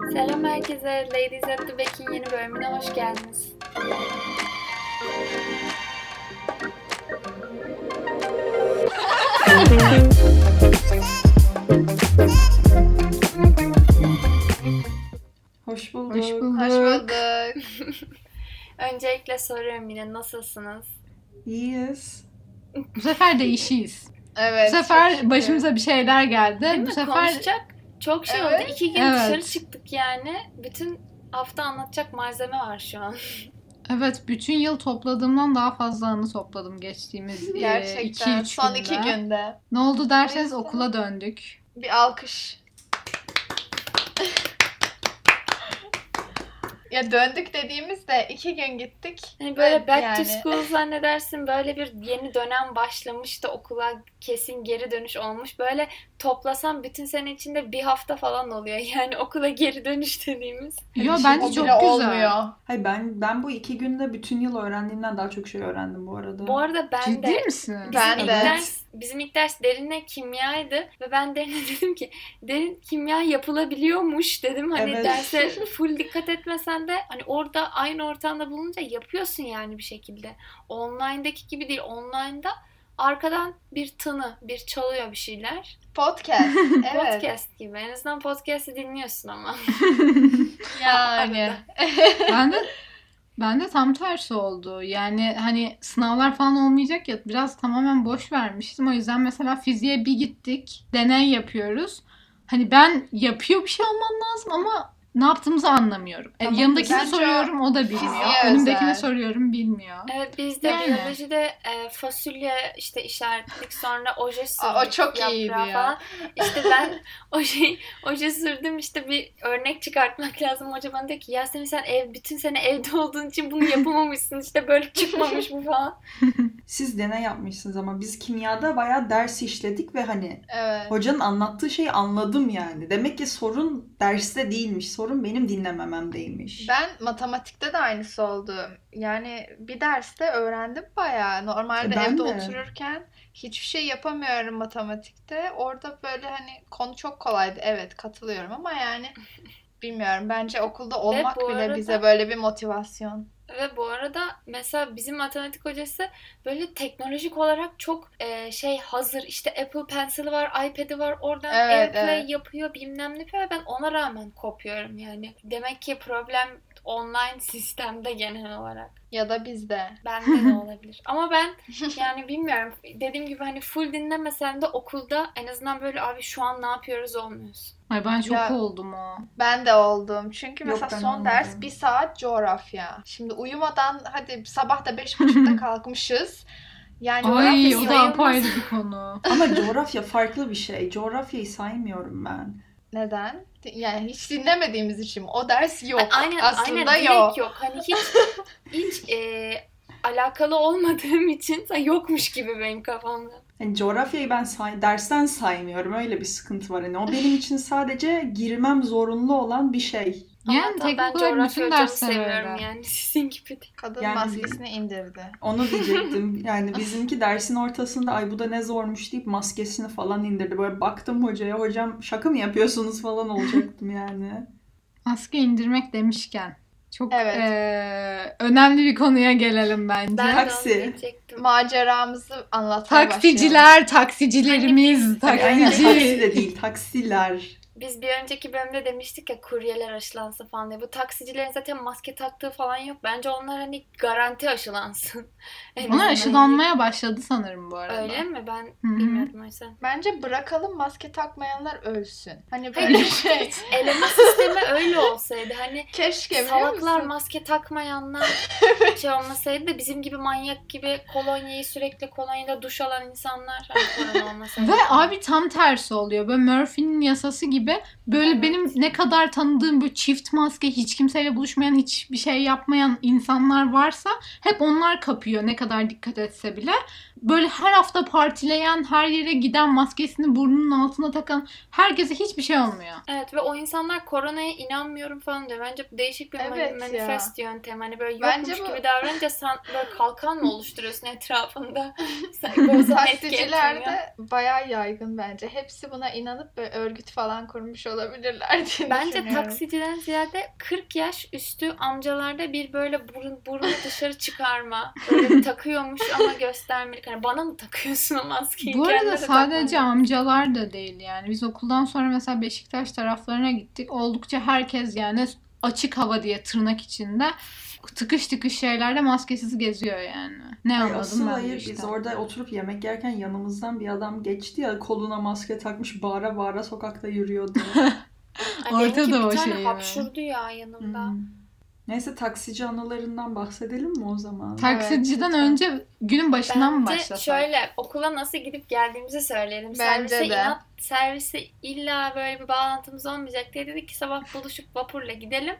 Selam herkese. Ladies at the Back'in yeni bölümüne hoş geldiniz. Hoş bulduk. Hoş bulduk. Hoş bulduk. Öncelikle soruyorum yine nasılsınız? İyiyiz. Bu sefer değişiyiz. Evet. Bu sefer çok şükür. başımıza bir şeyler geldi. Değil Bu mi? sefer Konuşacak çok şey oldu. Evet. 2 gün Evet. dışarı çıktık yani. Bütün hafta anlatacak malzeme var şu an. evet, bütün yıl topladığımdan daha fazla anı topladım geçtiğimiz Gerçekten 2-3 son günde. 2 günde. Ne oldu derseniz O yüzden- okula döndük. Bir alkış. Ya döndük dediğimizde 2 gün gittik. Hani böyle Ve back to school zannedersin, böyle bir yeni dönem başlamış da okula kesin geri dönüş olmuş. Böyle toplasam bütün sene içinde bir hafta falan oluyor. Yani okula geri dönüş dediğimiz. Yo şey bence O çok bile güzel. olmuyor. Hayır ben bu 2 günde bütün yıl öğrendiğimden daha çok şey öğrendim bu arada. Bu arada ben Ciddi de misin? Ben de. Bizim ilk ders Derin'le kimyaydı ve ben Derin'e dedim ki Derin, kimya yapılabiliyormuş dedim. Hani Evet. derse full dikkat etmesen de hani orada aynı ortamda bulununca yapıyorsun yani bir şekilde. Online'daki gibi değil. Online'da arkadan bir tını, bir çalıyor bir şeyler. Podcast. Evet. Podcast gibi. En azından podcast'i dinliyorsun ama. Yani. Ben de tam tersi oldu. Yani hani sınavlar falan olmayacak ya, biraz tamamen boş vermiştim. O yüzden mesela fiziğe bir gittik. Deney yapıyoruz. Hani ben yapıyor bir şey olmam lazım ama ne yaptığımızı anlamıyorum. Tamam, Yanımdakine bence soruyorum, o da bilmiyor. fiziğe Önümdekine özel. soruyorum, bilmiyor. Evet, biz de Yani. biyolojide fasulye işte işaretledik, sonra oje sürdük. O çok iyiydi yaprağa ya. falan. İşte ben oje sürdüm, işte bir örnek çıkartmak lazım. Hoca bana diyor ki Yasemin sen bütün sene evde olduğun için bunu yapamamışsın, işte böyle çıkmamış bu falan. Siz deney yapmışsınız ama biz kimyada bayağı ders işledik ve hani Evet. hocanın anlattığı şeyi anladım yani. Demek ki sorun derste değilmiş. Sorun benim dinlemememdeymiş. Ben matematikte de aynısı oldu. Yani bir derste öğrendim bayağı. Normalde Ben evde de. otururken hiçbir şey yapamıyorum matematikte. Orada böyle hani konu çok kolaydı. Evet, katılıyorum ama yani bilmiyorum. Bence okulda olmak bu bile arada- bize böyle bir motivasyon. Ve bu arada mesela bizim matematik hocası böyle teknolojik olarak çok hazır. İşte Apple Pencil'i var, iPad'i var. Oradan Evet, AirPlay evet. yapıyor, bilmem ne yapıyor. Ben ona rağmen kopuyorum yani. Demek ki problem online sistemde genel olarak. Ya da bizde. Bende de olabilir. Ama ben yani bilmiyorum. Dediğim gibi hani full dinlemesen de okulda en azından böyle abi şu an ne yapıyoruz olmuyorsun. Ay ben çok Ya- oldum o. Ben de oldum. Çünkü Yok, mesela ben son ders olmadım. 1 saat coğrafya. Şimdi uyumadan hadi sabah da 5.30'da kalkmışız. Yani Ay coğrafya o da sayılmaz. apayrı bir konu. Ama coğrafya farklı bir şey. Coğrafyayı saymıyorum ben. neden? Yani hiç dinlemediğimiz için mi? O ders yok. Aynen, Aslında aynen, yok. direkt yok. Hani hiç alakalı olmadığım için yokmuş gibi benim kafamda. Yani coğrafyayı ben dersten saymıyorum. Öyle bir sıkıntı var. Hani o benim için sadece girmem zorunlu olan bir şey. Yani Ama teknik ben olarak coğrafya bütün hocamı dersler seviyorum öyle. yani sizin gibi değil. Kadın Yani- maskesini indirdi. Onu diyecektim. Yani bizimki dersin ortasında ay bu da ne zormuş deyip maskesini falan indirdi. Böyle baktım hocaya. Hocam şaka mı yapıyorsunuz falan olacaktım yani. Maske indirmek demişken çok Evet. önemli bir konuya gelelim bence. Ben Taksi. de onu diyecektim. Maceramızı anlatmaya Taksiciler, taksicilerimiz, Aynen taksici. taksi de değil. Taksiler. Biz bir önceki bölümde demiştik ya kuryeler aşılansın falan diye. Bu taksicilerin zaten maske taktığı falan yok. Bence onlar hani garanti aşılansın. En Onlar azından. aşılanmaya başladı sanırım bu arada. Öyle mi? Ben Hı. bilmiyordum o yüzden. Bence bırakalım maske takmayanlar ölsün. Hani Hayır, böyle şey. eleme sistemi öyle olsaydı. Hani Keşke biliyor salaklar, musun? maske takmayanlar şey olmasaydı da bizim gibi manyak gibi kolonyayı sürekli kolonyada duş alan insanlar hani korona olmasaydı. Ve abi tam tersi oluyor. Böyle Murphy'nin yasası gibi böyle Evet. benim ne kadar tanıdığım bu çift maske, hiç kimseyle buluşmayan, hiçbir şey yapmayan insanlar varsa hep onlar kapıyor ne kadar dikkat etse bile. böyle her hafta partileyen, her yere giden, maskesini burnunun altına takan herkese hiçbir şey olmuyor. Evet ve o insanlar koronaya inanmıyorum falan diyor. Bence bu değişik bir Evet manifest yöntem. Hani böyle Bence yokmuş bu- gibi davranınca sen böyle kalkan mı oluşturuyorsun etrafında? Sen böyle sana etki etmiyor. Taksicilerde bayağı yaygın bence. Hepsi buna inanıp böyle örgüt falan kurmuş olabilirler diye Bence düşünüyorum. taksiciden ziyade 40 yaş üstü amcalarda bir böyle burnu dışarı çıkarma. Böyle bir takıyormuş ama göstermelik. Hani bana mı takıyorsun o maskeyi? Bu arada Kendine sadece takma. amcalar da değil yani. Biz okuldan sonra mesela Beşiktaş taraflarına gittik. Oldukça herkes yani açık hava diye tırnak içinde tıkış tıkış şeylerde maskesiz geziyor yani. Ne Ay, anladım asıl ben de hayır işte. biz orada oturup yemek yerken yanımızdan bir adam geçti ya, koluna maske takmış, bağıra bağıra sokakta yürüyordu. Ay, Ortada benimki o bir tane şey hapşurdu ya yanımda. Neyse, taksici anılarından bahsedelim mi o zaman? Taksiciden lütfen. önce günün başından mı Bence başlasak? şöyle okula nasıl gidip geldiğimizi söyleyelim. Bence de. Servise illa böyle bir bağlantımız olmayacak diye dedik ki sabah buluşup vapurla gidelim.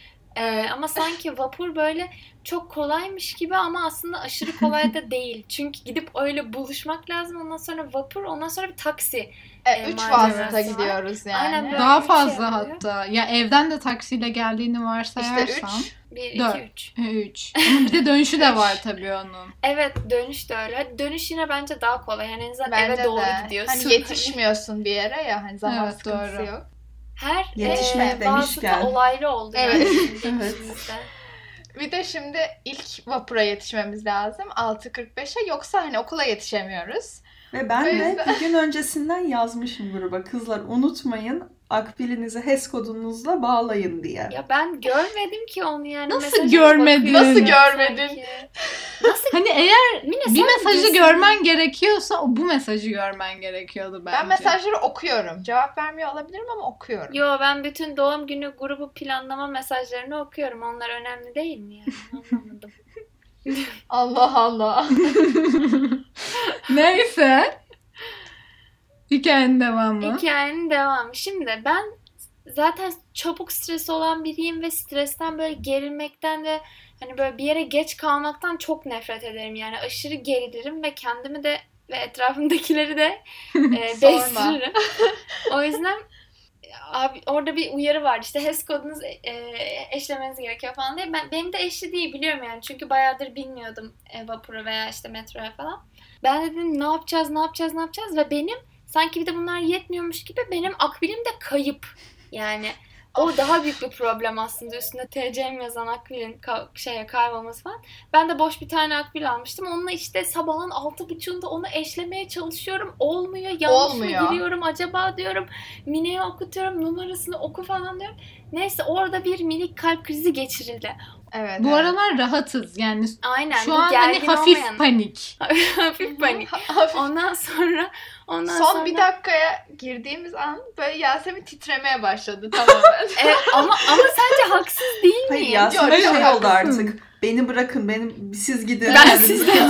Ama sanki vapur böyle çok kolaymış gibi ama aslında aşırı kolay da değil. Çünkü gidip öyle buluşmak lazım. Ondan sonra vapur, ondan sonra bir taksi. 3 macerası vasıta var. gidiyoruz yani. Aynen böyle. Daha bir şey fazla oluyor. hatta. Ya evden de taksiyle geldiğini varsayarsan. İşte 3. 1, 2, Dört. 3. 3. Ama bir de dönüşü de var tabii onun. Evet, dönüş de öyle. Hadi dönüş yine bence daha kolay. Yani en azından Bence eve doğru de. gidiyorsun. Hani yetişmiyorsun bir yere ya, hani zaman Evet, sıkıntısı doğru. yok. Her Yetişmek vasıta demişken. olaylı oldu Evet. yani bizim Evet. geçişimizde. Bir de şimdi ilk vapura yetişmemiz lazım 6.45'e, yoksa hani okula yetişemiyoruz. Ve ben O de yüzden- bir gün öncesinden yazmışım gruba. Kızlar unutmayın, akbilinizi HES kodunuzla bağlayın diye. Ya ben görmedim ki onu yani. Nasıl Mesaja görmedin? bakıyorum Nasıl sanki. görmedin? Hani eğer Mine, bir sen mesajı diyorsun. görmen gerekiyorsa bu mesajı görmen gerekiyordu bence. Ben mesajları okuyorum. Cevap vermiyor olabilirim ama okuyorum. Yo, ben bütün doğum günü grubu planlama mesajlarını okuyorum. Onlar önemli değil mi yani? Anlamadım. Allah Allah. Neyse. Hikayenin devamı. Hikayenin devamı. Şimdi ben zaten çabuk stres olan biriyim ve stresten böyle gerilmekten ve hani böyle bir yere geç kalmaktan çok nefret ederim. Yani aşırı gerilirim ve kendimi de ve etrafımdakileri de bezdiririm. O yüzden abi orada bir uyarı vardı. İşte HES kodunuz eşlemeniz gerekiyor falan diye. Benim de eşli değil, biliyorum yani. Çünkü bayağıdır bilmiyordum vapura veya işte metroya falan. Ben dedim ne yapacağız ve benim sanki bir de bunlar yetmiyormuş gibi benim akbilim de kayıp. Yani o daha büyük bir problem aslında. Üstünde TC'm yazan akbilin kaybolması falan. Ben de boş bir tane akbil almıştım. Onunla işte sabahın 6.30'unda onu eşlemeye çalışıyorum. Olmuyor. Yanlış mı giriyorum acaba diyorum. Mine'ye okutuyorum. Numarasını oku falan diyorum. Neyse orada bir minik kalp krizi geçirildi. Evet. Bu evet. aralar rahatız. Yani Aynen. şu bu an hani gergin hafif olmayan- panik. hafif panik. Hafif. Ondan sonra Son bir dakikaya girdiğimiz an böyle Yasemin titremeye başladı tamamen. ama sence haksız değil mi? Hayır ya, Yok, sonra çok şey oldu haklısın. artık. Beni bırakın, siz gidin. Ben Yani sizden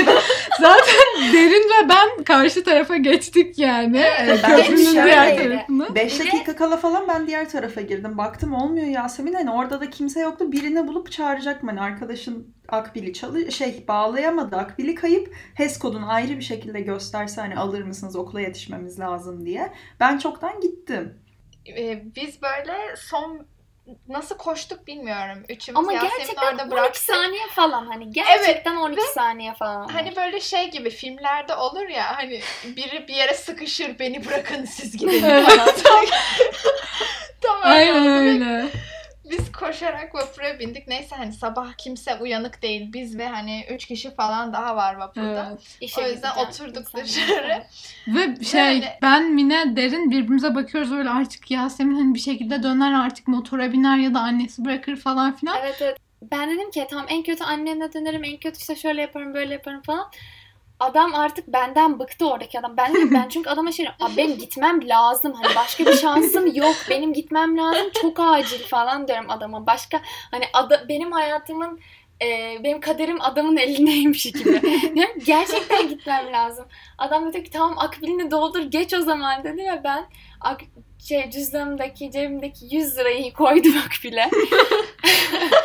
Zaten Derin ve ben karşı tarafa geçtik yani. Evet, ben Köprünün şöyleydi. diğer tarafına. 5 Bir de- dakika kala falan ben diğer tarafa girdim. Baktım olmuyor Yasemin. Hani orada da kimse yoktu. Birini bulup çağıracaktım. Hani arkadaşın akbili bağlayamadı. Akbili kayıp. HES kodunu ayrı bir şekilde gösterse hani alır mısınız, okula yetişmemiz lazım diye. Ben çoktan gittim. Biz böyle son nasıl koştuk bilmiyorum. Üçümüz Ama Yasemin gerçekten orada 12 bıraktık. saniye falan, hani gerçekten 12 saniye falan. Hani böyle şey gibi filmlerde olur ya, hani biri bir yere sıkışır, beni bırakın siz gidin falan. Tam öyle Aynen oldu. öyle. Biz koşarak vapura bindik. Neyse hani sabah kimse uyanık değil. Biz ve hani 3 kişi falan daha var vapurda. Evet. İşe O yüzden gideceğim oturduk insanlar. dışarı. Ve Yani- ben Mine Derin birbirimize bakıyoruz öyle, artık Yasemin hani bir şekilde döner, artık motora biner ya da annesi bırakır falan filan. Evet. Ben dedim ki tamam, en kötü annemle dönerim, en kötü işte şöyle yaparım böyle yaparım falan. Adam artık benden bıktı, oradaki adam. Ben çünkü adama şey diyorum, benim gitmem lazım. Hani başka bir şansım yok. Benim gitmem lazım. Çok acil falan diyorum adama. Başka hani benim hayatımın benim kaderim adamın elindeymiş gibi. Yani gerçekten gitmem lazım. Adam dedi ki tamam akbilini doldur geç o zaman dedi ve ben cüzdanımdaki cebimdeki 100 lirayı koydum akbile.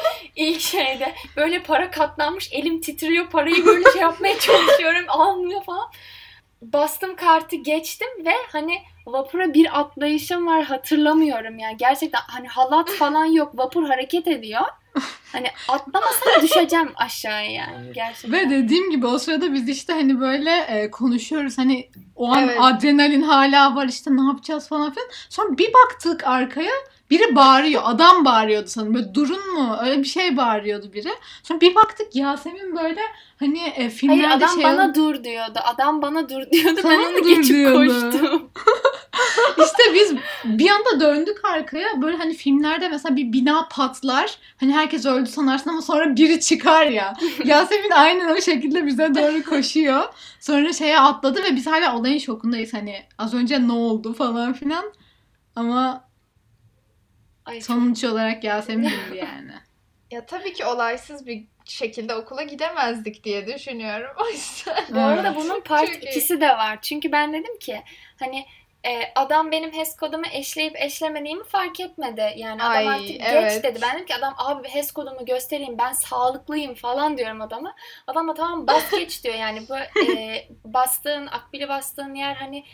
İlk şeyde böyle para katlanmış, elim titriyor, parayı böyle şey yapmaya çalışıyorum, almıyor falan. Bastım kartı, geçtim ve hani vapura bir atlayışım var, hatırlamıyorum yani. Gerçekten hani halat falan yok, vapur hareket ediyor. Hani atlamasam düşeceğim aşağıya yani gerçekten. Ve dediğim gibi o sırada biz işte hani böyle konuşuyoruz. Hani o an Evet. adrenalin hala var, işte ne yapacağız falan filan. Sonra bir baktık arkaya, biri bağırıyor. Adam bağırıyordu sanırım. Böyle durun mu? Öyle bir şey bağırıyordu biri. Sonra bir baktık Yasemin böyle hani filmlerde Hayır, adam şey bana dur diyordu. Adam bana dur diyordu. Sana Ben mı onu dur geçip diyordu? koştum. İşte biz bir anda döndük arkaya. Böyle hani filmlerde mesela bir bina patlar. Hani herkes öldü sanarsın ama sonra biri çıkar ya. Yasemin aynen o şekilde bize doğru koşuyor. Sonra şeye atladı ve biz hala olayın şokundayız. Hani az önce ne oldu falan filan. Ama Ay, çok... sonuç olarak Yasemin bildi yani. Ya tabii ki olaysız bir şekilde okula gidemezdik diye düşünüyorum. O yüzden. Bu arada Evet. bunun part Çok iyi. 2'si de var. Çünkü ben dedim ki hani adam benim HES kodumu eşleyip eşlemediğimi fark etmedi. Yani adam Ay, artık geç evet. dedi. Ben dedim ki adam abi HES kodumu göstereyim, ben sağlıklıyım falan diyorum adama. Adam da tamam bas geç diyor yani. Bu bastığın, akbili bastığın yer hani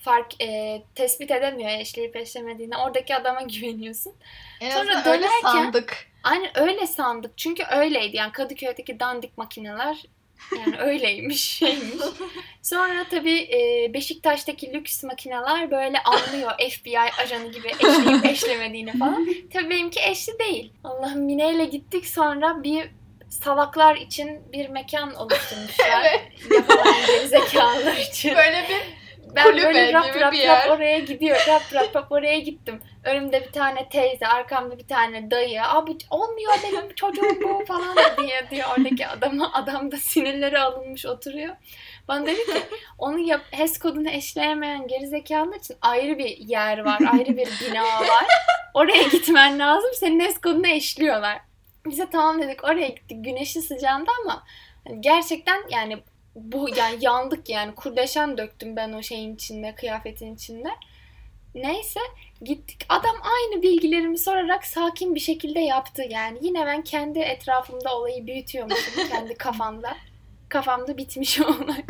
tespit edemiyor eşleyip eşlemediğini. Oradaki adama güveniyorsun. En Sonra azından öyle dönerken- sandık. Aynen öyle sandık. Çünkü öyleydi. Yani Kadıköy'deki dandik makineler yani öyleymiş, şeymiş. Sonra tabii Beşiktaş'taki lüks makineler böyle anlıyor FBI ajanı gibi eşleyip eşlemediğini falan. Tabii benimki eşli değil. Allah'ım, Mine'yle gittik, sonra bir salaklar için bir mekan oluşturmuşlar. Yapamayan gerizekalılar için. Böyle bir Ben kulübe böyle rap gibi rap bir rap yer. oraya gidiyor. Rap oraya gittim. Önümde bir tane teyze, arkamda bir tane dayı. Abi olmuyor benim çocuğum bu falan diyor oradaki adama. Adam da sinirleri alınmış oturuyor. Bana dedi ki onu HES kodunu eşleyemeyen gerizekalılar için ayrı bir yer var. Ayrı bir bina var. Oraya gitmen lazım. Senin HES kodunu eşliyorlar. Bize tamam dedik, oraya gittik. Güneşin sıcağında ama gerçekten yani bu yani yandık yani. Kurdeşen döktüm ben o şeyin içinde, kıyafetin içinde. Neyse gittik. Adam aynı bilgilerimi sorarak sakin bir şekilde yaptı yani. Yine ben kendi etrafımda olayı büyütüyormuşum kendi kafamda. Kafamda bitmiş o olay.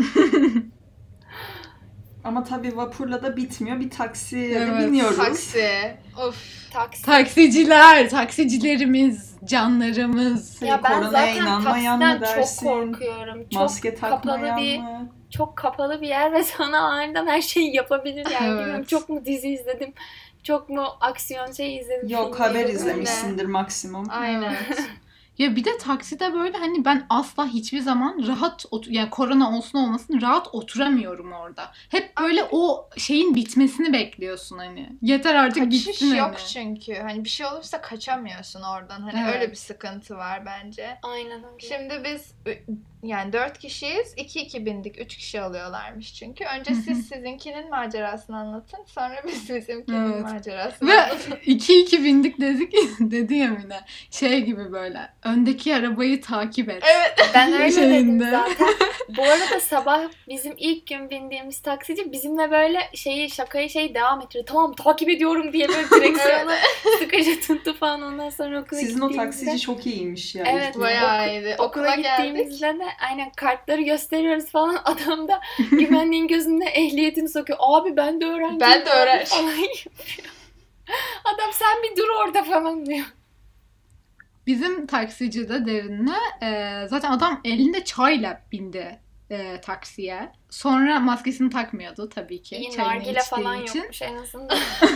Ama tabii vapurla da bitmiyor. Bir taksiye de Evet. biniyoruz. Taksi. Of. Taksi. Taksiciler, taksicilerimiz, canlarımız. Ya ben Koronaya zaten inanmayan mı taksiden çok dersin? korkuyorum. Çok Maske takmayan kapalı bir mı? çok kapalı bir yer ve sana aniden her şeyi yapabilir yani. Evet. Bilmiyorum, çok mu dizi izledim, çok mu aksiyon şey izledim. Yok, film haber izledim. izlemişsindir maksimum. Aynen. Ya bir de takside böyle hani ben asla hiçbir zaman rahat yani korona olsun olmasın rahat oturamıyorum orada. Hep böyle o şeyin bitmesini bekliyorsun hani. Yeter artık Kaçış bitsin yok hani. çünkü. Hani bir şey olursa kaçamıyorsun oradan. Hani Evet. öyle bir sıkıntı var bence. Aynen öyle. Şimdi biz yani 4 kişiyiz. 2-2 bindik. 3 kişi alıyorlarmış çünkü. Önce siz sizinkinin macerasını anlatın. Sonra biz bizimkinin Evet. macerasını Ve anlatın. 2-2 bindik dedik dedi ya Mine. Şey gibi böyle öndeki arabayı takip et. Evet. Ben öyle şeyinde. dedim zaten. Bu arada sabah bizim ilk gün bindiğimiz taksici bizimle böyle şakayı devam ettiriyor. Tamam, takip ediyorum diye böyle direksiyonu sıkıca tuttu falan. Ondan sonra okula Sizin o gittiğimizde- taksici çok iyiymiş ya. Evet, İlk gün. Bayağı iyiydi. Okula geldik. gittiğimizde de aynen kartları gösteriyoruz falan. Adam da güvenliğin gözünde ehliyetini sokuyor. Abi ben de öğrenciyim. Ben de öğrenci. falan yapıyor. Adam sen bir dur orada falan diyor. Bizim taksici de Derin'le zaten adam elinde çayla bindi taksiye. Sonra maskesini takmıyordu tabii ki. İyi, çayını nargile içtiği falan için. yokmuş en azından.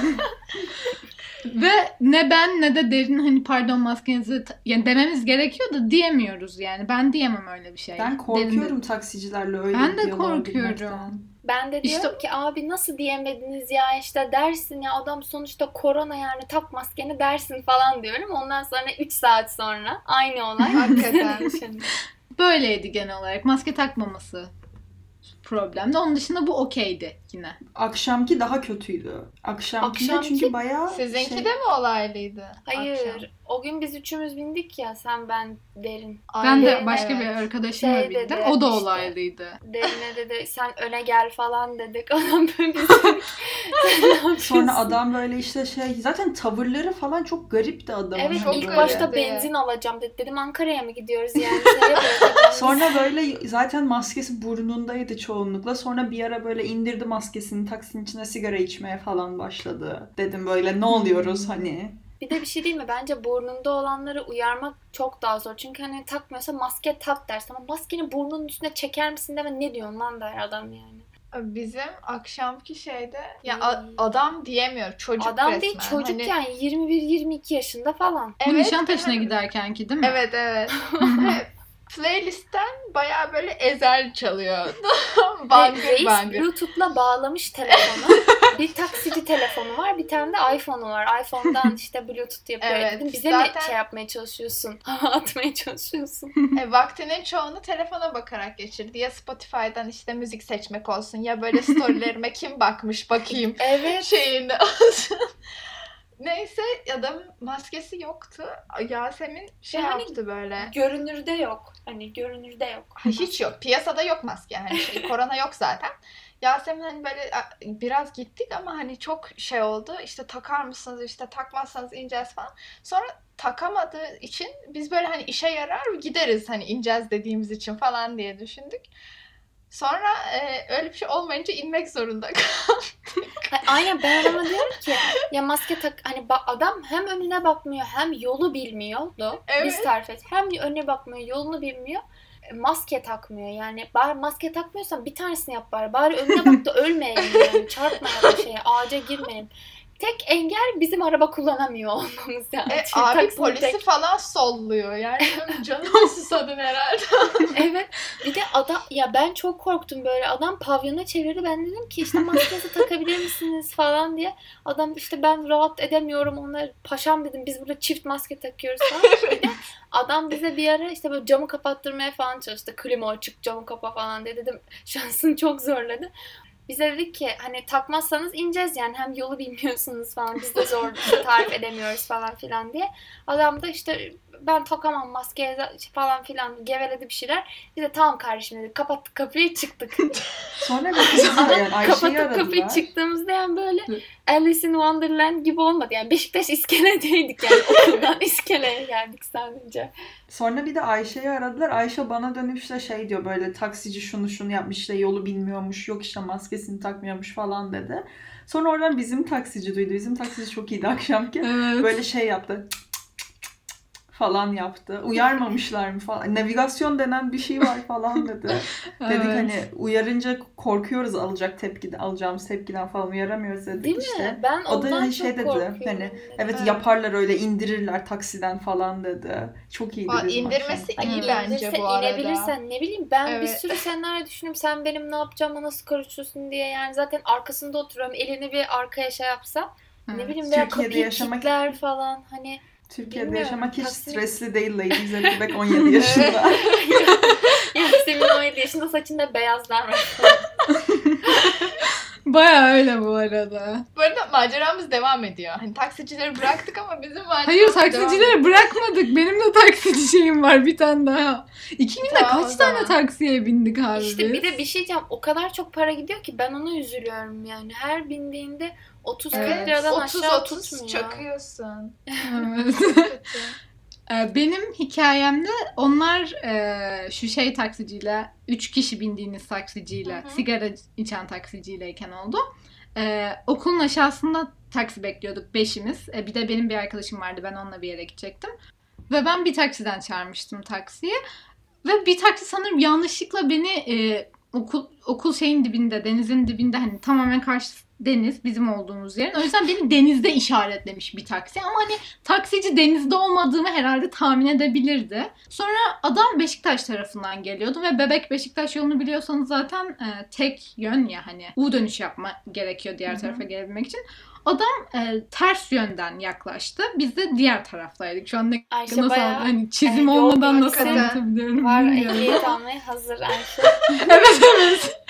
Ve ne ben ne de Derin hani pardon maskenizi yani dememiz gerekiyor da diyemiyoruz yani. Ben diyemem öyle bir şey. Ben Derin korkuyorum de- taksicilerle öyle Ben bir de diyaloğa korkuyorum. girmekten. Ben de diyorum İşte- ki abi nasıl diyemediniz ya, işte dersin ya, adam sonuçta korona yani, tak maskeni dersin falan diyorum. Ondan sonra 3 saat sonra aynı olay. Hakikaten. Böyleydi genel olarak. Maske takmaması problemdi. Onun dışında bu okeydi yine. Akşamki daha kötüydü. Akşamki Akşamki- çünkü bayağı Sizinki de mi olaylıydı? Hayır. Akşam. O gün biz üçümüz bindik ya. Sen, ben, Derin. Ben de Ay, başka bir evet. arkadaşımla Şey bindim. dedi, O da işte. olaylıydı. Derin'e dedi sen öne gel falan dedik. Adam böyle bizi sen ne yapıyorsun? sonra adam böyle işte zaten tavırları falan çok garipti adamın. Evet Çok ilk böyle. başta garipti. benzin alacağım dedi. Dedim Ankara'ya mı gidiyoruz yani? Nereye bırakacağız? Sonra böyle zaten maskesi burnundaydı çoğunlukla. Sonra bir ara böyle indirdi maskesini, taksinin içine sigara içmeye falan başladı. Dedim böyle ne oluyoruz hani. Bir de bir şey değil mi? Bence burnunda olanları uyarmak çok daha zor. Çünkü hani takmıyorsa maske tak dersin. Ama maskeni burnunun üstüne çeker misin deme ne diyorsun lan der adam yani. Bizim akşamki şeyde ya Hmm. adam diyemiyor. Çocuk Adam resmen. değil çocuk Hani, yani 21-22 yaşında falan. Bu evet, Nişantaşı'na evet. giderkenki değil mi? Evet evet. Ve playlistten bayağı böyle Ezel çalıyor. Ve Bangır reis bangır. Bluetooth'la bağlamış telefonu. Bir taksici telefonu var, bir tane de iPhone'u var. iPhone'dan işte Bluetooth yapıyor. Evet, Dedim bize zaten- mi şey yapmaya çalışıyorsun? Atmaya çalışıyorsun. Vaktinin çoğunu telefona bakarak geçirdi. Ya Spotify'dan işte müzik seçmek olsun ya böyle storylerime kim bakmış bakayım Evet. şeyinde olsun. Neyse adam maskesi yoktu. Yasemin şey Yani- yaptı böyle. Görünürde yok. Hani görünürde yok. Hiç yok. Piyasada yok maske. Hani korona yok zaten. Yasemin hani böyle biraz gittik ama hani çok şey oldu. İşte takar mısınız işte takmazsanız ineceğiz falan. Sonra takamadığı için biz böyle hani işe yarar gideriz hani ineceğiz dediğimiz için falan diye düşündük. Sonra öyle bir şey olmayınca inmek zorunda kaldık. Aynen ben adama diyorum ki ya maske tak hani adam hem önüne bakmıyor hem yolu bilmiyordu. Evet. Biz tarif et. Hem önüne bakmıyor, yolunu bilmiyor. Maske takmıyor yani. Bari maske takmıyorsan bir tanesini yap bari. Bari önüne bak da ölmeyelim yani. Çarpmayalım şeye, ağaca girmeyelim. Tek engel bizim araba kullanamıyor olmamız yani. Abi Taksinin polisi tek- falan solluyor. Yani canını susadın herhalde. Evet. Bir de adam ya ben çok korktum böyle. Adam pavyona çevirdi. Ben dedim ki işte maskenizi takabilir misiniz falan diye. Adam işte ben rahat edemiyorum onları. Paşam dedim biz burada çift maske takıyoruz falan. Bir de adam bize bir ara işte böyle camı kapattırmaya falan çalıştı. Klima açık camı kapa falan diye dedim. Şansını çok zorladı. Bize dedik ki hani takmazsanız ineceğiz yani hem yolu bilmiyorsunuz falan biz de zor işte tarif edemiyoruz falan filan diye. Adam da işte ben takamam maskeye falan filan geveledi bir şeyler. Biz de tamam kardeşim dedik kapattık kapıyı çıktık. Sonra bir kız yani Ayşe'yi Kapatıp kapıyı aradılar. çıktığımızda yani böyle Alice in Wonderland gibi olmadı. Yani Beşiktaş iskeledeydik yani okuldan iskeleye geldik sadece. Sonra bir de Ayşe'yi aradılar. Ayşe bana dönüp işte şey diyor böyle taksici şunu yapmış işte yolu bilmiyormuş yok işte maskesini takmıyormuş falan dedi. Sonra oradan bizim taksici duydu. Bizim taksici çok iyiydi akşamki. Evet. Böyle şey yaptı. Falan yaptı. Uyarmamışlar mı falan. Navigasyon denen bir şey var falan dedi. Dedik Evet. hani uyarınca korkuyoruz alacağımız tepkiden falan uyaramıyoruz dedik Değil işte. mi? Ben O da ondan hani çok şey dedi. korkuyorum. Hani evet Evet. yaparlar öyle indirirler taksiden falan dedi. Çok iyiydi bizim İndirmesi akşam. iyi Hani bence bu arada. inebilirsen ne bileyim ben bir Evet. sürü senaryo düşünüyorum sen benim ne yapacağıma nasıl karışıyorsun diye yani zaten arkasında oturuyorum elini bir arkaya şey yapsa ne Evet. bileyim veya Türkiye'de kapıyı yaşamak- kilitler falan hani Türkiye'de Bilmiyorum, yaşamak hiç taksi- stresli değil Lady Zeynep 17 yaşında. Yasemin 17 yaşında saçında beyazlar var. Baya öyle bu arada. Bu arada maceramız devam ediyor. Hani taksicileri bıraktık ama bizim maceramız Hayır devam taksicileri bırakmadık. Benim de taksici şeyim var bir tane daha. 2000'de Tamam, o kaç tane zaman. taksiye bindik abi İşte bir biz? de bir şey diyeceğim o kadar çok para gidiyor ki ben ona üzülüyorum yani her bindiğinde 30-40 Evet. liradan 30 aşağı 30 tutmuyor. çakıyorsun. Evet. Kötü. Benim hikayemde onlar şu şey taksiciyle 3 kişi bindiğiniz taksiciyle Hı hı. sigara içen taksiciyleyken oldu. Okulun aşağısında taksi bekliyorduk 5'imiz. Bir de benim bir arkadaşım vardı ben onunla bir yere gidecektim. Ve ben bir taksiden çağırmıştım taksiyi. Ve bir taksi sanırım yanlışlıkla beni okul şeyin dibinde denizin dibinde hani tamamen karşı deniz bizim olduğumuz yerin. O yüzden beni denizde işaretlemiş bir taksi. Ama hani taksici denizde olmadığımı herhalde tahmin edebilirdi. Sonra adam Beşiktaş tarafından geliyordu ve Bebek Beşiktaş yolunu biliyorsanız zaten tek yön ya hani U dönüş yapma gerekiyor diğer tarafa gelebilmek için. Adam ters yönden yaklaştı. Biz de diğer taraftaydık. Şu an Ayşe nasıl bayağı, hani çizim yol olmadan nasıl hakikaten anlatabiliyorum var bilmiyorum. ehliyet almaya hazır Ayşe. Evet evet.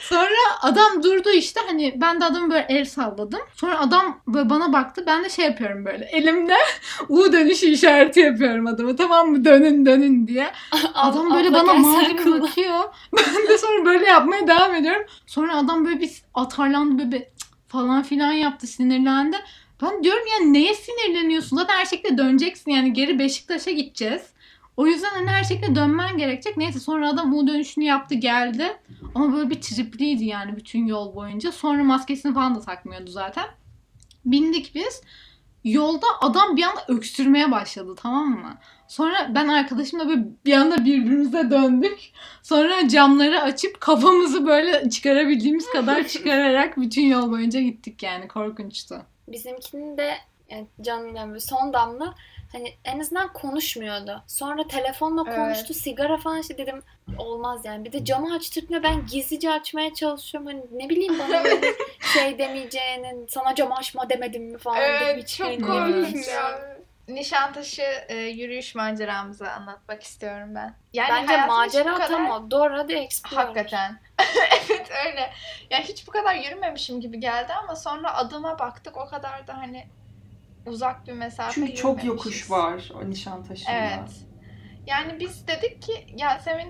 Sonra adam durdu işte, hani ben de adamı böyle el salladım. Sonra adam böyle bana baktı. Ben de şey yapıyorum böyle. Elimde U dönüşü işareti yapıyorum adama. Tamam mı? Dönün diye. Adam böyle Abla bana gel mal sen gibi kullan. bakıyor. Ben de sonra böyle yapmaya devam ediyorum. Sonra adam böyle bir atarlandı, böyle bir cık falan filan yaptı, sinirlendi. Ben diyorum ya, neye sinirleniyorsun? Zaten her şekilde döneceksin, yani geri Beşiktaş'a gideceğiz. O yüzden hani her şekilde dönmen gerekecek. Neyse, sonra adam U dönüşünü yaptı, geldi. Ama böyle bir tripliydi yani bütün yol boyunca. Sonra maskesini falan da takmıyordu zaten. Bindik biz. Yolda adam bir anda öksürmeye başladı, tamam mı? Sonra ben arkadaşımla böyle bir anda birbirimize döndük. Sonra camları açıp kafamızı böyle çıkarabildiğimiz kadar çıkararak bütün yol boyunca gittik yani. Korkunçtu. Bizimkinin de yani canım, yani böyle son damla hani en azından konuşmuyordu. Sonra telefonla konuştu, Evet. sigara falan, işte dedim olmaz yani. Bir de camı açtırtmıyor, ben gizlice açmaya çalışıyorum. Hani ne bileyim, bana böyle şey demeyeceğini, sana camı açma demedim mi falan deyip Evet, hiç çok ne bileyim korkunç ya. ya. Nişantaşı yürüyüş maceramızı anlatmak istiyorum ben. Yani Bence hayatımda hiç bu macera kadar... tam o. Dora the Explorer. Hakikaten. Evet, öyle. Yani hiç bu kadar yürümemişim gibi geldi ama sonra adıma baktık, o kadar da hani uzak bir mesafe Çünkü çok yürümemişiz. yokuş var o Nişantaşı'nda. Evet. Yani biz dedik ki Yasemin,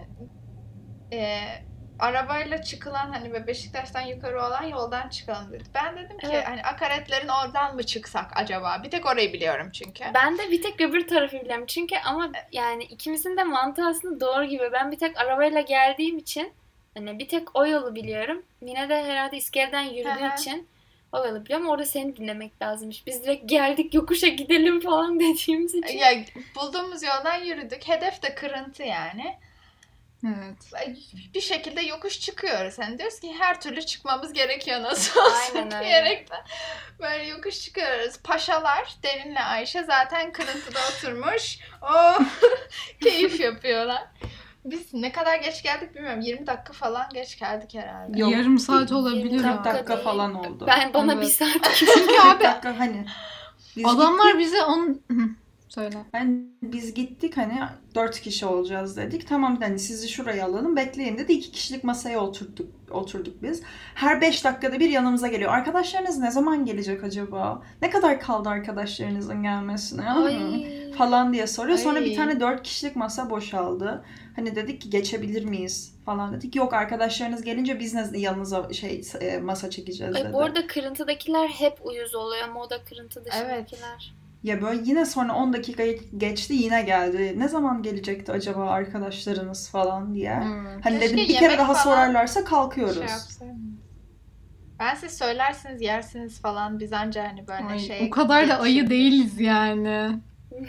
arabayla çıkılan hani ve Beşiktaş'tan yukarı olan yoldan çıkalım dedi. Ben dedim ki Evet. hani akaretlerin oradan mı çıksak acaba? Bir tek orayı biliyorum çünkü. Ben de bir tek öbür tarafı biliyorum. Çünkü ama yani ikimizin de mantığı aslında doğru gibi. Ben bir tek arabayla geldiğim için hani bir tek o yolu biliyorum. Mine de herhalde iskeleden Hı yürüdüğü hı. için o yolu biliyorum. Orada seni dinlemek lazımmış. Biz direkt geldik yokuşa gidelim falan dediğimiz için. Ya bulduğumuz yoldan yürüdük. Hedef de kırıntı yani. Evet. Bir şekilde yokuş çıkıyoruz. Hani diyoruz ki her türlü çıkmamız gerekiyor nasıl olsun Aynen öyle. diyerekten. Böyle yokuş çıkıyoruz. Paşalar, Derin'le Ayşe zaten kırıntıda oturmuş. Oh, keyif yapıyorlar. Biz ne kadar geç geldik bilmiyorum. 20 dakika falan geç geldik herhalde. Yok, Yarım saat 20 olabilir 40 ya. dakika değil. falan oldu. Bana Evet. bir saat Çünkü 40 abi dakika hani biz adamlar gittik, bize on... Hı, söyle. biz gittik hani 4 kişi olacağız dedik. Tamam, hani sizi şuraya alalım bekleyin dedi. 2 kişilik masaya oturduk biz. Her 5 dakikada bir yanımıza geliyor. Arkadaşlarınız ne zaman gelecek acaba? Ne kadar kaldı arkadaşlarınızın gelmesine? Ay. Falan diye soruyor. Sonra bir Ay. tane 4 kişilik masa boşaldı. Hani dedik ki geçebilir miyiz falan dedik. Yok, arkadaşlarınız gelince biz yanınıza masa çekeceğiz dedi. Bu arada kırıntıdakiler hep uyuz oluyor. Moda kırıntı dışındakiler. Ya böyle yine sonra 10 dakika geçti, yine geldi. Ne zaman gelecekti acaba arkadaşlarınız falan diye. Evet. Hani Keşke dedim bir kere yemek daha falan sorarlarsa kalkıyoruz. Şey yapsaydım. Ben siz söylersiniz, yersiniz falan. Biz anca hani böyle Ay, şey o kadar da ayı yetişebiliriz. değiliz yani.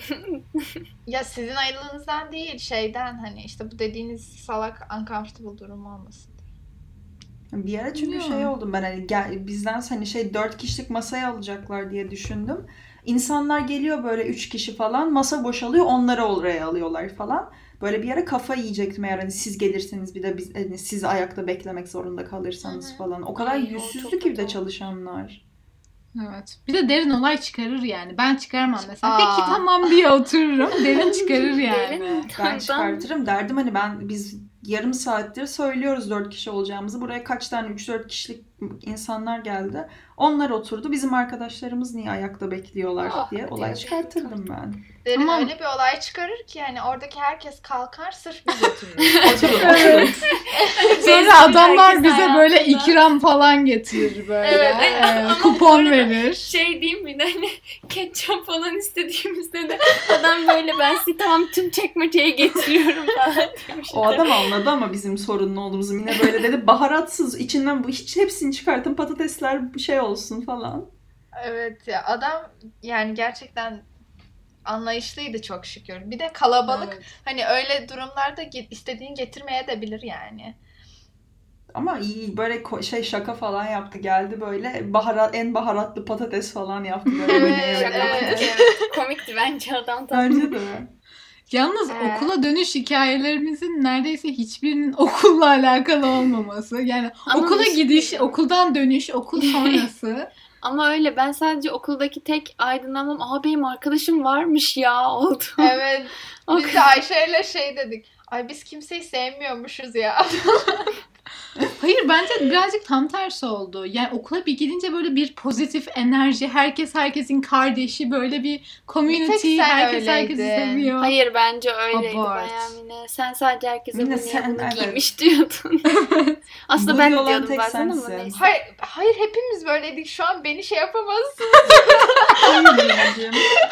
Ya sizin ayrılığınızdan değil, şeyden hani işte bu dediğiniz salak uncomfortable durum olmasın. Bir ara çünkü Yok. şey oldum ben, hani bizden hani 4 kişilik masaya alacaklar diye düşündüm. İnsanlar geliyor böyle 3 kişi falan, masa boşalıyor, onları oraya alıyorlar falan. Böyle bir ara kafa yiyecektim eğer hani siz gelirseniz bir de biz hani siz ayakta beklemek zorunda kalırsanız Hı hı. falan. O kadar Ay, o yüzsüzdü çok ki bir de kötü. çalışanlar. Evet. Bir de Derin olay çıkarır yani. Ben çıkarmam mesela. Aa. Peki tamam diye otururum. Derin çıkarır yani. Derin Ben tam- çıkartırım derdim hani biz yarım saattir söylüyoruz 4 kişi olacağımızı. Buraya kaç tane 3-4 kişilik insanlar geldi. Onlar oturdu. Bizim arkadaşlarımız niye ayakta bekliyorlar Ah, diye olay Derin. çıkartırdım ben. Derin Tamam. öyle bir olay çıkarır ki hani oradaki herkes kalkar, sırf biz otururuz. Oturun. Evet. Sonra Bezmiş adamlar herkes bize böyle hayatında. ikram falan getirir böyle. Evet, ama Kupon sonra verir. Şey diyeyim mi, hani ketçap falan istediğimizde de adam böyle, ben size tam tüm çekmeceye getiriyorum falan demiş. O adam anladı ama bizim sorunlu olduğumuzu. Yine böyle dedi, baharatsız içinden bu hiç hepsini çıkartın, patatesler bir şey olsun falan. Evet ya, adam yani gerçekten anlayışlıydı çok şükür. Bir de kalabalık, Evet. hani öyle durumlarda istediğini getirmeye de bilir yani. Ama iyi böyle şaka falan yaptı, geldi böyle en baharatlı patates falan yaptı böyle Evet, menüye Şaka böyle. evet. evet. Komikti bence adam da. Bence de. Yalnız okula dönüş hikayelerimizin neredeyse hiçbirinin okulla alakalı olmaması. Yani Ama okula bir şey gidiş, diyeceğim. okuldan dönüş, okul sonrası. Ama öyle, ben sadece okuldaki tek aydınlanmam, aa benim arkadaşım varmış ya oldu. Evet. O Biz de Ayşe'yle şey dedik. Ay biz kimseyi sevmiyormuşuz ya. Hayır, bence birazcık tam tersi oldu. Yani okula bir gidince böyle bir pozitif enerji, herkes herkesin kardeşi, böyle bir Bir tek community, sen herkes herkesi öyleydin. seviyor. Hayır bence öyleydi Abart. bayağı Mine. Sen sadece herkese Mine bunu niye sen, bunu evet. giymiş diyordun. Aslında Bu ben de olan diyordum tek bazen ama sensin. neyse. Hayır hepimiz böyleydik. Şu an beni şey yapamazsın. Hayır Mineciğim.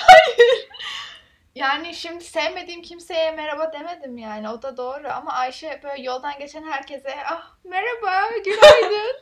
Yani şimdi sevmediğim kimseye merhaba demedim yani. O da doğru. Ama Ayşe böyle yoldan geçen herkese merhaba, günaydın.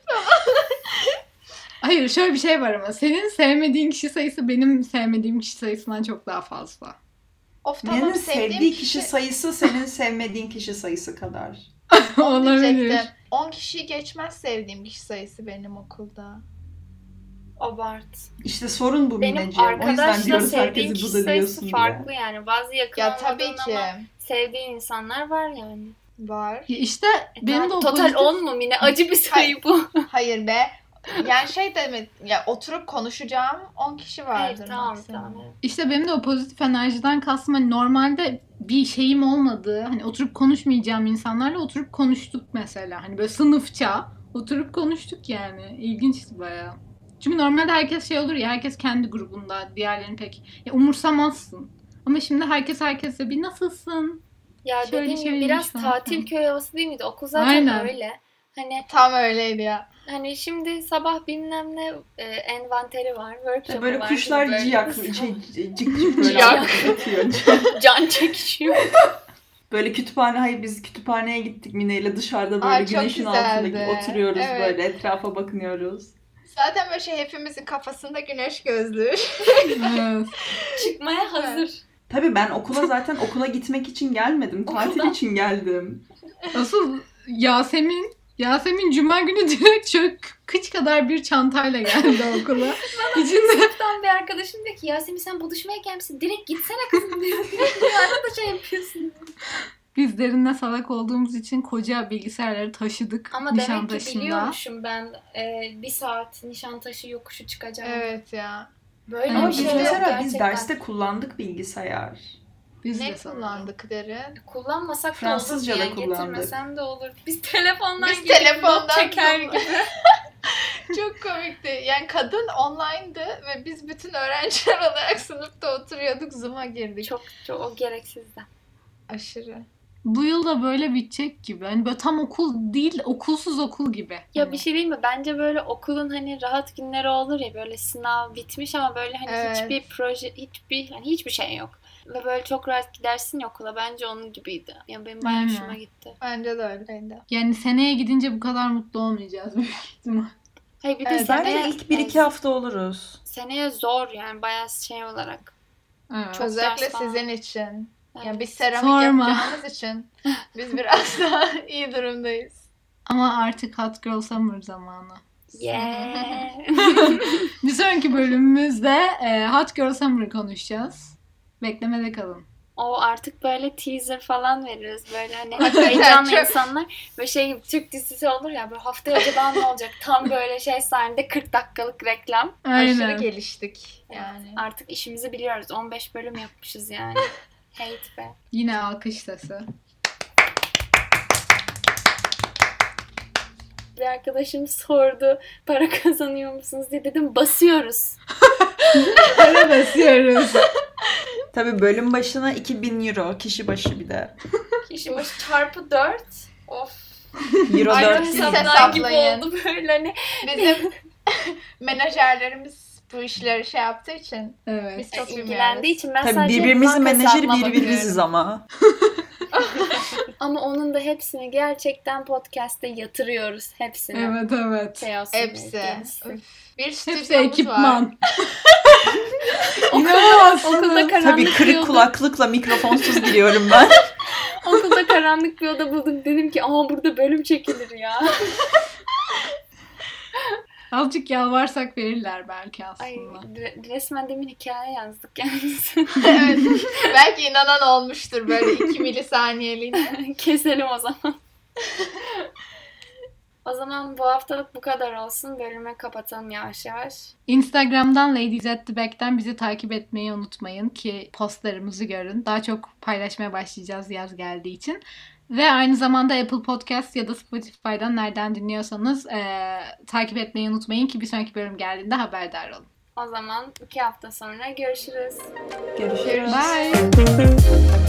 Hayır, şöyle bir şey var ama senin sevmediğin kişi sayısı benim sevmediğim kişi sayısından çok daha fazla. Of tamam, Mine'nin sevdiğim sevdiği kişi sayısı senin sevmediğin kişi sayısı kadar. Onu Olabilir. diyecektim. 10 kişiyi geçmez sevdiğim kişi sayısı benim okulda. Abart. İşte sorun bu Benim Mineciğim. O yüzden arkadaşla diyoruz sevdiğim herkesi kişi bu da sayısı diyorsun diye. farklı yani. Bazı yakın Ya tabii olmadığın ki ama sevdiğin insanlar var yani. var. Ya işte benim de o Total pozitif... 10 mu Mine? Acı bir sayı bu. Hayır be. Yani şey demek ya, oturup konuşacağım 10 kişi Hayır vardır tamam maksimum. tamam. Evet. İşte benim de o pozitif enerjiden kastım hani normalde bir şeyim olmadığı, hani oturup konuşmayacağım insanlarla oturup konuştuk mesela. Hani böyle sınıfça oturup konuştuk yani. İlginçti bayağı. Çünkü normalde herkes şey olur ya, herkes kendi grubunda, diğerlerini pek ya umursamazsın. Ama şimdi herkes herkese bir nasılsın? Ya Şöyle dediğim gibi şöyleymiş biraz falan. tatil köy havası değil miydi? Okul zaten Aynen. öyle. Tam öyleydi ya. Hani şimdi sabah bilmem ne envanteri var, workshop'u Böyle var. kuşlar böyle ciyak, bir- cik cik böyle Ciyak. atıyor. can çekişiyor. Böyle kütüphane, hayır biz kütüphaneye gittik Mine ile dışarıda böyle Ay, çok güneşin altında güzeldi. oturuyoruz Evet. böyle etrafa bakınıyoruz. Zaten böyle şey, hepimizin kafasında güneş gözlüğü. Evet. Çıkmaya hazır. Tabii ben zaten okula gitmek için gelmedim. Tatil Okuldan. için geldim. Asıl Yasemin Cuma günü direkt şöyle kıç kadar bir çantayla geldi okula. İçinde Sınıftan bir arkadaşım diyor ki Yasemin sen buluşmaya gelmişsin. Direkt gitsene kızım diyor. Arada şey yapıyorsun. biz derinle salak olduğumuz için koca bilgisayarları taşıdık Ama demek ki Nişantaşı'nda. biliyormuşum ben bir saat Nişantaşı yokuşu çıkacağım. Evet ya. Böyle Ama bir biz şey yok mesela gerçekten. biz derste kullandık bilgisayar. Biz Ne de sanırım. kullandık derin? Kullanmasak da Fransızca olur da yani. kullandık. Getirmesem de olur. Biz telefondan Biz gidip telefondan not çeker Zoom- gibi. Çok komikti. Yani kadın online'dı ve biz bütün öğrenciler olarak sınıfta oturuyorduk. Zoom'a girdik. Çok o gereksizdi. Aşırı. Bu yıl da böyle bitecek gibi. Hani böyle tam okul değil, okulsuz okul gibi. Ya Hani. bir şey değil mi? Bence böyle okulun hani rahat günleri olur ya, böyle sınav bitmiş ama böyle hani Evet. hiçbir proje, hiçbir şey yok. Ve böyle çok rahat gidersin ya okula. Bence onun gibiydi. Ya benim bayağı Aynen. hoşuma gitti. Bence de öyleydi. Yani seneye gidince bu kadar mutlu olmayacağız büyük ihtimal. Hayır bir de Evet, seneye, Bence ilk 1-2 hafta oluruz. seneye zor yani bayağı şey olarak. Evet. Çok Özellikle ders falan. sizin için. Evet. Yani biz seramik Sorma. yapacağımız için biz biraz daha iyi durumdayız. Ama artık Hot Girl Summer zamanı. Yeah. Bir sonraki bölümümüzde Hot Girl Summer'ı konuşacağız. Beklemede kalın. O artık böyle teaser falan veririz böyle hani Hakikaten heyecanlı çok- insanlar böyle şey gibi Türk dizisi olur ya böyle haftaya acaba ne olacak tam böyle şey sahnede 40 dakikalık reklam. Aşırı Aynen. geliştik yani. Artık işimizi biliyoruz 15 bölüm yapmışız yani. Hate be. Yine alkış sesi. Bir arkadaşım sordu para kazanıyor musunuz diye, dedim basıyoruz. Para basıyoruz. Tabii bölüm başına 2000 euro kişi başı bir de. Kişi başı çarpı 4. Of. Euro Ay, 4 Euro değil. hesaplar gibi hesaplayın. oldu böyle hani. Bizim menajerlerimiz bu işleri şey yaptığı için Evet. biz çok ilgilendiği bilmiyoruz. için ben Tabii sadece birbirimizin banka menajeri hesabıma birbirimiziz bakıyorum. ama. Ama onun da hepsini gerçekten podcast'te yatırıyoruz. Hepsini. Evet evet. Şey olsun Hepsi. diye, gerisi. Üf. Bir Hepsi stüdyomuz var. ekipman. İnanamazsınız. Okulda karanlık Tabii bir kırık oda, kulaklıkla mikrofonsuz giriyorum ben. okulda karanlık bir oda buldum. Dedim ki ama burada bölüm çekilir ya. Azıcık yalvarsak verirler belki Ay aslında. resmen demin hikaye yazdık yani. Evet. Belki inanan olmuştur böyle 2 milisaniyeliğine. Keselim o zaman. O zaman bu haftalık bu kadar olsun. Bölümü kapatalım yavaş yavaş. Instagram'dan Ladies at the Back'ten bizi takip etmeyi unutmayın ki postlarımızı görün. Daha çok paylaşmaya başlayacağız yaz geldiği için. Ve aynı zamanda Apple Podcast ya da Spotify'dan nereden dinliyorsanız takip etmeyi unutmayın ki bir sonraki bölüm geldiğinde haberdar olun. O zaman 2 hafta sonra görüşürüz. Görüşürüz. Bye.